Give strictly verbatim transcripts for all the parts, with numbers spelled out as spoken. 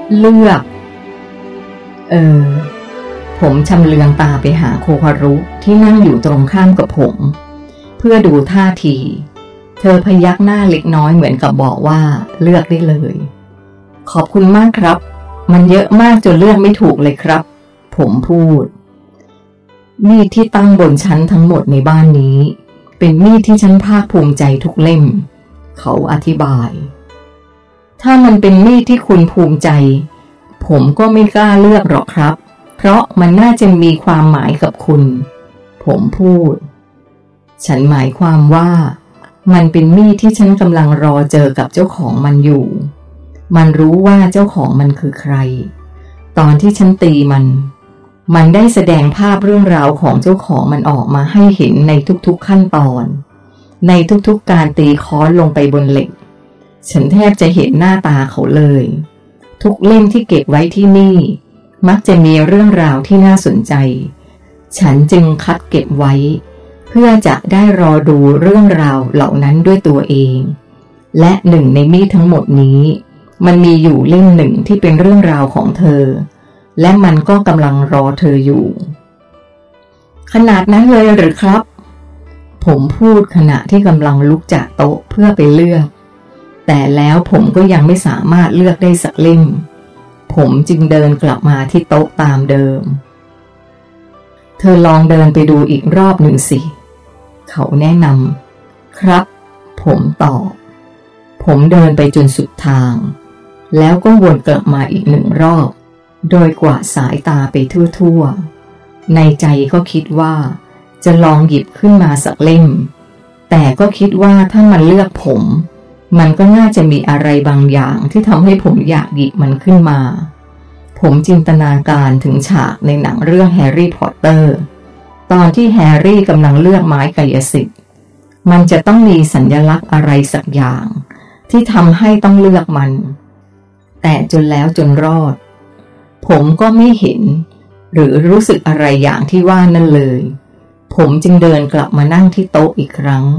เลือกเออผมชำเลืองตาไปหาโคฮารุที่นั่งอยู่ตรงข้ามกับผมเพื่อดูท่าทีเธอพยักหน้าเล็กน้อยเหมือนกับบอกว่าเลือกได้เลยขอบคุณมากครับมันเยอะมากจนเลือกไม่ถูกเลยครับผมพูดมีดที่ตั้งบนชั้นทั้งหมดในบ้านนี้เป็นมีดที่ฉันภาคภูมิใจทุกเล่มเขาอธิบายถ้ามันเป็นมีดที่คุณภูมิใจผมก็ไม่กล้าเลือกหรอกครับเพราะมันน่าจะมีความหมายกับคุณผมพูดฉันหมายความว่ามันเป็นมีดที่ฉันกำลังรอเจอกับเจ้าของมันอยู่มันรู้ว่าเจ้าของมันคือใครตอนที่ฉันตีมันมันได้แสดงภาพเรื่องราวของเจ้าของมันออกมาให้เห็นในทุกๆขั้นตอนในทุกๆการตีค้อนลงไปบนเหล็กฉันแทบจะเห็นหน้าตาเขาเลยทุกเล่มที่เก็บไว้ที่นี่มักจะมีเรื่องราวที่น่าสนใจฉันจึงคัดเก็บไว้เพื่อจะได้รอดูเรื่องราวเหล่านั้นด้วยตัวเองและหนึ่งในมีดทั้งหมดนี้มันมีอยู่เล่มหนึ่งที่เป็นเรื่องราวของเธอและมันก็กำลังรอเธออยู่ขนาดนั้นเลยหรือครับผมพูดขณะที่กำลังลุกจากโต๊ะเพื่อไปเลือกแต่แล้วผมก็ยังไม่สามารถเลือกได้สักเล่มผมจึงเดินกลับมาที่โต๊ะตามเดิมเธอลองเดินไปดูอีกรอบหนึ่งสิเขาแนะนำครับผมตอบผมเดินไปจนสุดทางแล้วก็วนกลับมาอีกหนึ่งรอบโดยกวาดสายตาไปทั่วๆในใจก็คิดว่าจะลองหยิบขึ้นมาสักเล่มแต่ก็คิดว่าถ้ามันเลือกผมมันก็น่าจะมีอะไรบางอย่างที่ทำให้ผมอยากหยิบมันขึ้นมาผมจินตนาการถึงฉากในหนังเรื่องแฮร์รี่พอตเตอร์ตอนที่แฮร์รี่กำลังเลือกไม้กายสิทธิ์มันจะต้องมีสัญลักษณ์อะไรสักอย่างที่ทำให้ต้องเลือกมันแต่จนแล้วจนรอดผมก็ไม่เห็นหรือรู้สึกอะไรอย่างที่ว่านั่นเลยผมจึงเดินกลับมานั่งที่โต๊ะอีกครั้ง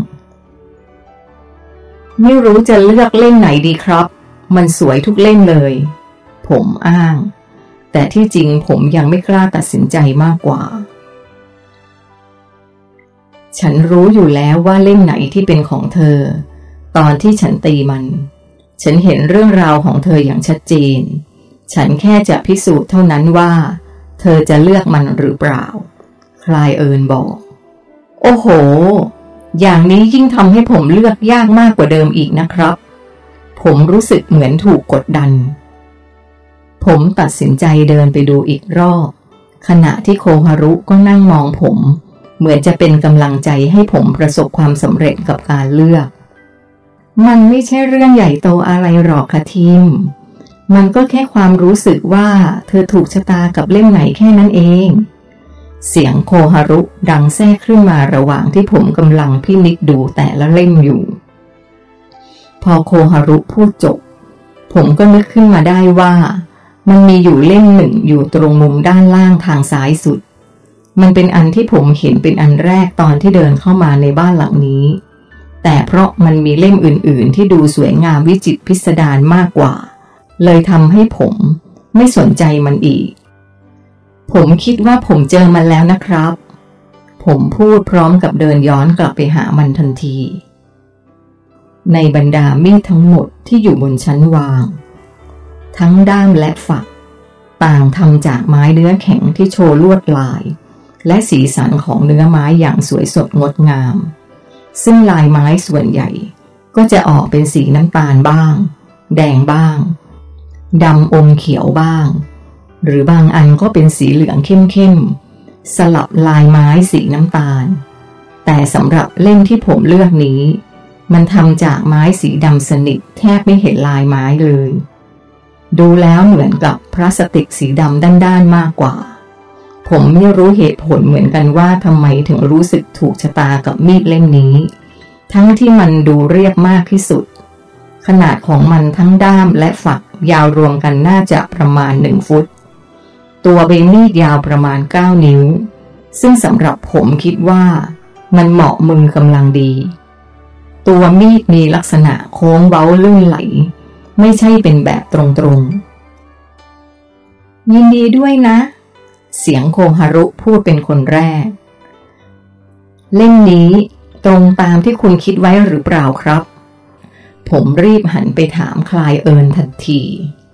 ไม่รู้จะเลือกเล่มไหนดีครับมันสวยทุกเล่มเลยผมอ้างแต่ที่จริงผมยังไม่กล้าตัดสินใจมากกว่าฉันรู้อยู่แล้วว่าเล่มไหนที่เป็นของเธอตอนที่ฉันตีมันฉันเห็นเรื่องราวของเธออย่างชัดเจนฉันแค่จะพิสูจน์เท่านั้นว่าเธอจะเลือกมันหรือเปล่าคลายเอิร์นบอกโอ้โหอย่างนี้ยิ่งทำให้ผมเลือกยากมากกว่าเดิมอีกนะครับผมรู้สึกเหมือนถูกกดดันผมตัดสินใจเดินไปดูอีกรอบขณะที่โคฮารุก็นั่งมองผมเหมือนจะเป็นกำลังใจให้ผมประสบความสำเร็จกับการเลือกมันไม่ใช่เรื่องใหญ่โตอะไรหรอกค่ะทีมมันก็แค่ความรู้สึกว่าเธอถูกชะตากับเล่มไหนแค่นั้นเองเสียงโคฮารุดังแทรกขึ้นมาระหว่างที่ผมกำลังพินิจดูแต่ละเล่มอยู่พอโคฮารุพูดจบผมก็นึกขึ้นมาได้ว่ามันมีอยู่เล่มหนึ่งอยู่ตรงมุมด้านล่างทางซ้ายสุดมันเป็นอันที่ผมเห็นเป็นอันแรกตอนที่เดินเข้ามาในบ้านหลังนี้แต่เพราะมันมีเล่มอื่นๆที่ดูสวยงามวิจิตรพิสดารมากกว่าเลยทำให้ผมไม่สนใจมันอีกผมคิดว่าผมเจอมันแล้วนะครับผมพูดพร้อมกับเดินย้อนกลับไปหามันทันทีในบรรดามีดทั้งหมดที่อยู่บนชั้นวางทั้งด้ามและฝักต่างทำจากไม้เนื้อแข็งที่โชว์ลวดลายและสีสันของเนื้อไม้อย่างสวยสดงดงามซึ่งลายไม้ส่วนใหญ่ก็จะออกเป็นสีน้ำตาลบ้างแดงบ้างดำอมเขียวบ้างหรือบางอันก็เป็นสีเหลืองเข้มๆสลับลายไม้สีน้ำตาลแต่สำหรับเล่มที่ผมเลือกนี้มันทำจากไม้สีดำสนิทแทบไม่เห็นลายไม้เลยดูแล้วเหมือนกับพลาสติกสีดำด้านๆมากกว่าผมไม่รู้เหตุผลเหมือนกันว่าทำไมถึงรู้สึกถูกชะตากับมีดเล่มนี้ทั้งที่มันดูเรียบมากที่สุดขนาดของมันทั้งด้ามและฝักยาวรวมกันน่าจะประมาณหนึ่งฟุตตัวใบมีดยาวประมาณเก้านิ้วซึ่งสำหรับผมคิดว่ามันเหมาะมือกำลังดีตัวมีดมีลักษณะโค้งเว้าลื่นไหลไม่ใช่เป็นแบบตรงๆยินดีด้วยนะเสียงโคฮารุพูดเป็นคนแรกเล่มนี้ตรงตามที่คุณคิดไว้หรือเปล่าครับผมรีบหันไปถามคลายเอิญทันที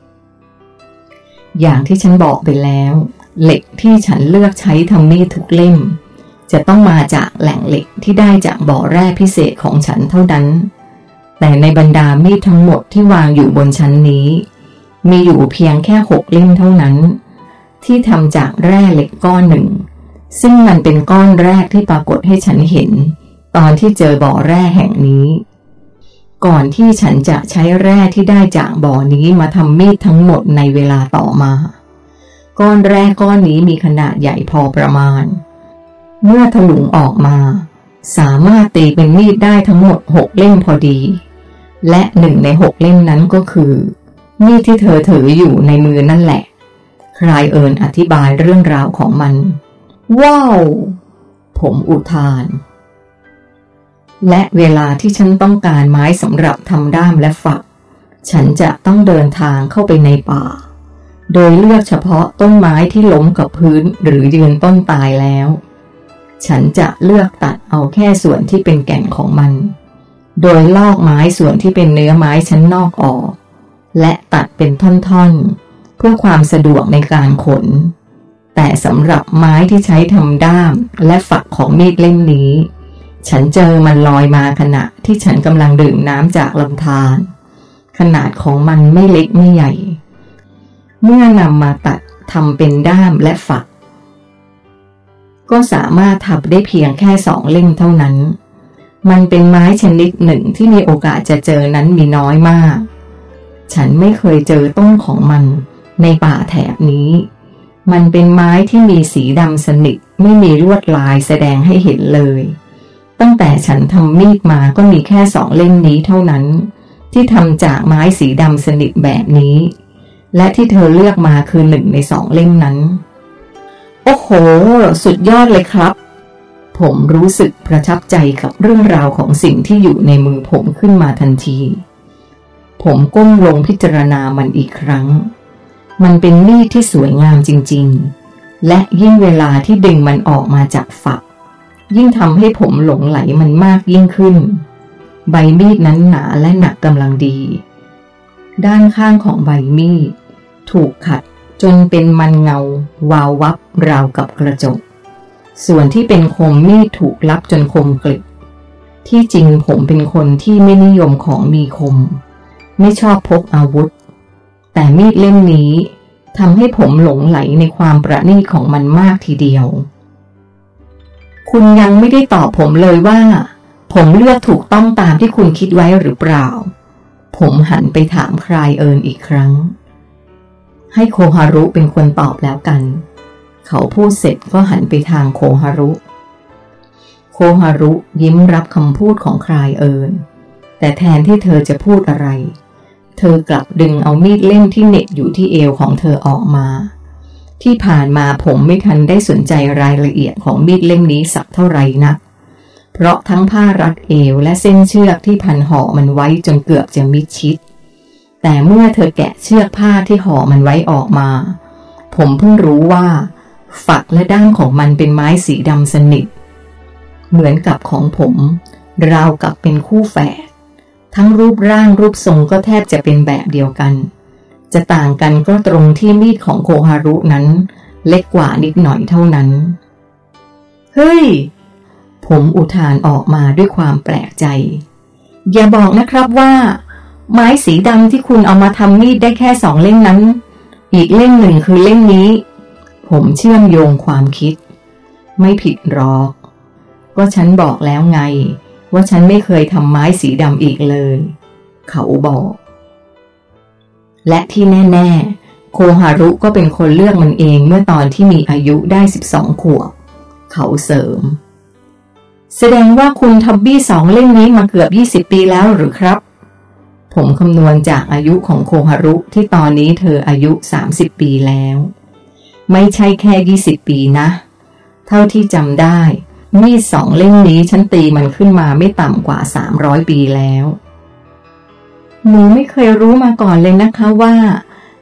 อย่างที่ฉันบอกไปแล้วเหล็กที่ฉันเลือกใช้ทำมีดทุกเล่มจะต้องมาจากแหล่งเหล็กที่ได้จากบ่อแร่พิเศษของฉันเท่านั้นแต่ในบรรดามีดทั้งหมดที่วางอยู่บนชั้นนี้มีอยู่เพียงแค่หกเล่มเท่านั้นที่ทำจากแร่เหล็กก้อนหนึ่งซึ่งมันเป็นก้อนแรกที่ปรากฏให้ฉันเห็นตอนที่เจอบ่อแร่แห่งนี้ก่อนที่ฉันจะใช้แร่ที่ได้จากบ่อนี้มาทำมีดทั้งหมดในเวลาต่อมาก้อนแร่ก้อนนี้มีขนาดใหญ่พอประมาณเมื่อถลุงออกมาสามารถตีเป็นมีดได้ทั้งหมดหกเล่มพอดีและหนึ่งในหกเล่มนั้นก็คือมีดที่เธอถืออยู่ในมือนั่นแหละคลายเอิญอธิบายเรื่องราวของมันว้าวผมอุทานและเวลาที่ฉันต้องการไม้สำหรับทำด้ามและฝักฉันจะต้องเดินทางเข้าไปในป่าโดยเลือกเฉพาะต้นไม้ที่ล้มกับพื้นหรือยืนต้นตายแล้วฉันจะเลือกตัดเอาแค่ส่วนที่เป็นแก่นของมันโดยลอกไม้ส่วนที่เป็นเนื้อไม้ชั้นนอกออกและตัดเป็นท่อนๆเพื่อความสะดวกในการขนแต่สำหรับไม้ที่ใช้ทำด้ามและฝักของมีดเล่มนี้ฉันเจอมันลอยมาขณะที่ฉันกำลังดื่มน้ำจากลำธารขนาดของมันไม่เล็กไม่ใหญ่เมื่อนำมาตัดทำเป็นด้ามและฝักก็สามารถทำได้เพียงแค่สองเล่มเท่านั้นมันเป็นไม้ชนิดหนึ่งที่มีโอกาสจะเจอนั้นมีน้อยมากฉันไม่เคยเจอต้นของมันในป่าแถบนี้มันเป็นไม้ที่มีสีดำสนิทไม่มีลวดลายแสดงให้เห็นเลยตั้งแต่ฉันทำมีดมาก็มีแค่สองเล่มนี้เท่านั้นที่ทำจากไม้สีดำสนิทแบบนี้และที่เธอเลือกมาคือหนึ่งในสองเล่มนั้นโอ้โหสุดยอดเลยครับผมรู้สึกประทับใจกับเรื่องราวของสิ่งที่อยู่ในมือผมขึ้นมาทันทีผมก้มลงพิจารณามันอีกครั้งมันเป็นมีดที่สวยงามจริงๆและยิ่งเวลาที่ดึงมันออกมาจากฝักยิ่งทำให้ผมหลงไหลมันมากยิ่งขึ้นใบมีดนั้นหนาและหนักกำลังดีด้านข้างของใบมีดถูกขัดจนเป็นมันเงาวาววับราวกับกระจกส่วนที่เป็นคมมีดถูกลับจนคมกริบที่จริงผมเป็นคนที่ไม่นิยมของมีคมไม่ชอบพกอาวุธแต่มีดเล่มนี้ทำให้ผมหลงไหลในความประณีตของมันมากทีเดียวคุณยังไม่ได้ตอบผมเลยว่าผมเลือกถูกต้องตามที่คุณคิดไว้หรือเปล่าผมหันไปถามคลายเอิญอีกครั้งให้โคฮารุเป็นคนตอบแล้วกันเขาพูดเสร็จก็หันไปทางโคฮารุโคฮารุยิ้มรับคำพูดของคลายเอิญแต่แทนที่เธอจะพูดอะไรเธอกลับดึงเอามีดเล่มที่เหน็บอยู่ที่เอวของเธอออกมาที่ผ่านมาผมไม่ทันได้สนใจรายละเอียดของมีดเล่มนี้สักเท่าไหร่นักเพราะทั้งผ้ารัดเอวและเส้นเชือกที่พันห่อมันไว้จนเกือบจะมิดชิดแต่เมื่อเธอแกะเชือกผ้าที่ห่อมันไว้ออกมาผมเพิ่งรู้ว่าฝักและด้ามของมันเป็นไม้สีดำสนิทเหมือนกับของผมราวกับเป็นคู่แฝดทั้งรูปร่างรูปทรงก็แทบจะเป็นแบบเดียวกันจะต่างกันก็ตรงที่มีดของโคฮารุนั้นเล็กกว่านิดหน่อยเท่านั้นเฮ้ยผมอุทานออกมาด้วยความแปลกใจอย่าบอกนะครับว่าไม้สีดำที่คุณเอามาทำมีดได้แค่สองเล่มนั้นอีกเล่มหนึ่งคือเล่มนี้ผมเชื่อมโยงความคิดไม่ผิดหรอกก็ฉันบอกแล้วไงว่าฉันไม่เคยทำไม้สีดำอีกเลยเขาบอกและที่แน่ๆโคฮารุก็เป็นคนเลือกมันเองเมื่อตอนที่มีอายุได้สิบสองขวบเขาเสริมแสดงว่าคุณทำบี้สองเล่มนี้มาเกือบยี่สิบปีแล้วหรือครับผมคำนวณจากอายุของโคฮารุที่ตอนนี้เธออายุสามสิบปีแล้วไม่ใช่แค่ยี่สิบปีนะเท่าที่จำได้มีดสองเล่มนี้ฉันตีมันขึ้นมาไม่ต่ำกว่าสามร้อยปีแล้วหนูไม่เคยรู้มาก่อนเลยนะคะว่า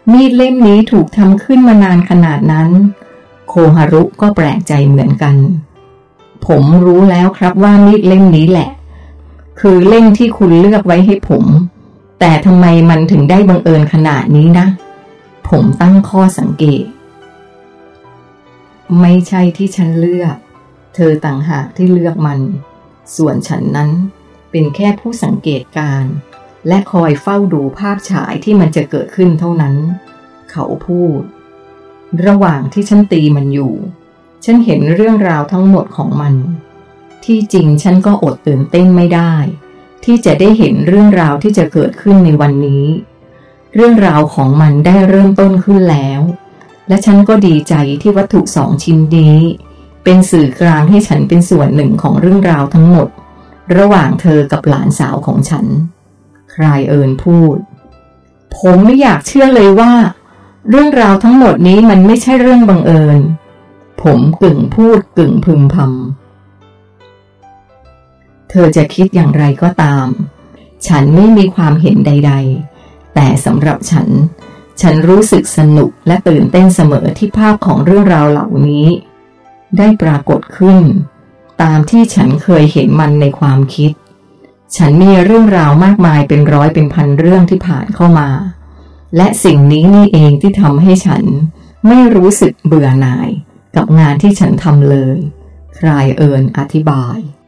มีดเล่มนี้ถูกทำขึ้นมานานขนาดนั้นโคฮารุก็แปลกใจเหมือนกันผมรู้แล้วครับว่ามีดเล่มนี้แหละคือเล่มที่คุณเลือกไว้ให้ผมแต่ทำไมมันถึงได้บังเอิญขนาดนี้นะผมตั้งข้อสังเกตไม่ใช่ที่ฉันเลือกเธอต่างหากที่เลือกมันส่วนฉันนั้นเป็นแค่ผู้สังเกตการณ์และคอยเฝ้าดูภาพฉายที่มันจะเกิดขึ้นเท่านั้นเขาพูดระหว่างที่ฉันตีมันอยู่ฉันเห็นเรื่องราวทั้งหมดของมันที่จริงฉันก็อดตื่นเต้นไม่ได้ที่จะได้เห็นเรื่องราวที่จะเกิดขึ้นในวันนี้เรื่องราวของมันได้เริ่มต้นขึ้นแล้วและฉันก็ดีใจที่วัตถุสองชิ้นนี้เป็นสื่อกลางให้ฉันเป็นส่วนหนึ่งของเรื่องราวทั้งหมดระหว่างเธอกับหลานสาวของฉันคลายเอิญพูดผมไม่อยากเชื่อเลยว่าเรื่องราวทั้งหมดนี้มันไม่ใช่เรื่องบังเอิญผมกึ่งพูดกึ่งพึมพำเธอจะคิดอย่างไรก็ตามฉันไม่มีความเห็นใดๆแต่สำหรับฉันฉันรู้สึกสนุกและตื่นเต้นเสมอที่ภาพของเรื่องราวเหล่านี้ได้ปรากฏขึ้นตามที่ฉันเคยเห็นมันในความคิดฉันมีเรื่องราวมากมายเป็นร้อยเป็นพันเรื่องที่ผ่านเข้ามาและสิ่งนี้นี่เองที่ทำให้ฉันไม่รู้สึกเบื่อหน่ายกับงานที่ฉันทำเลยคลายเอิญอธิบาย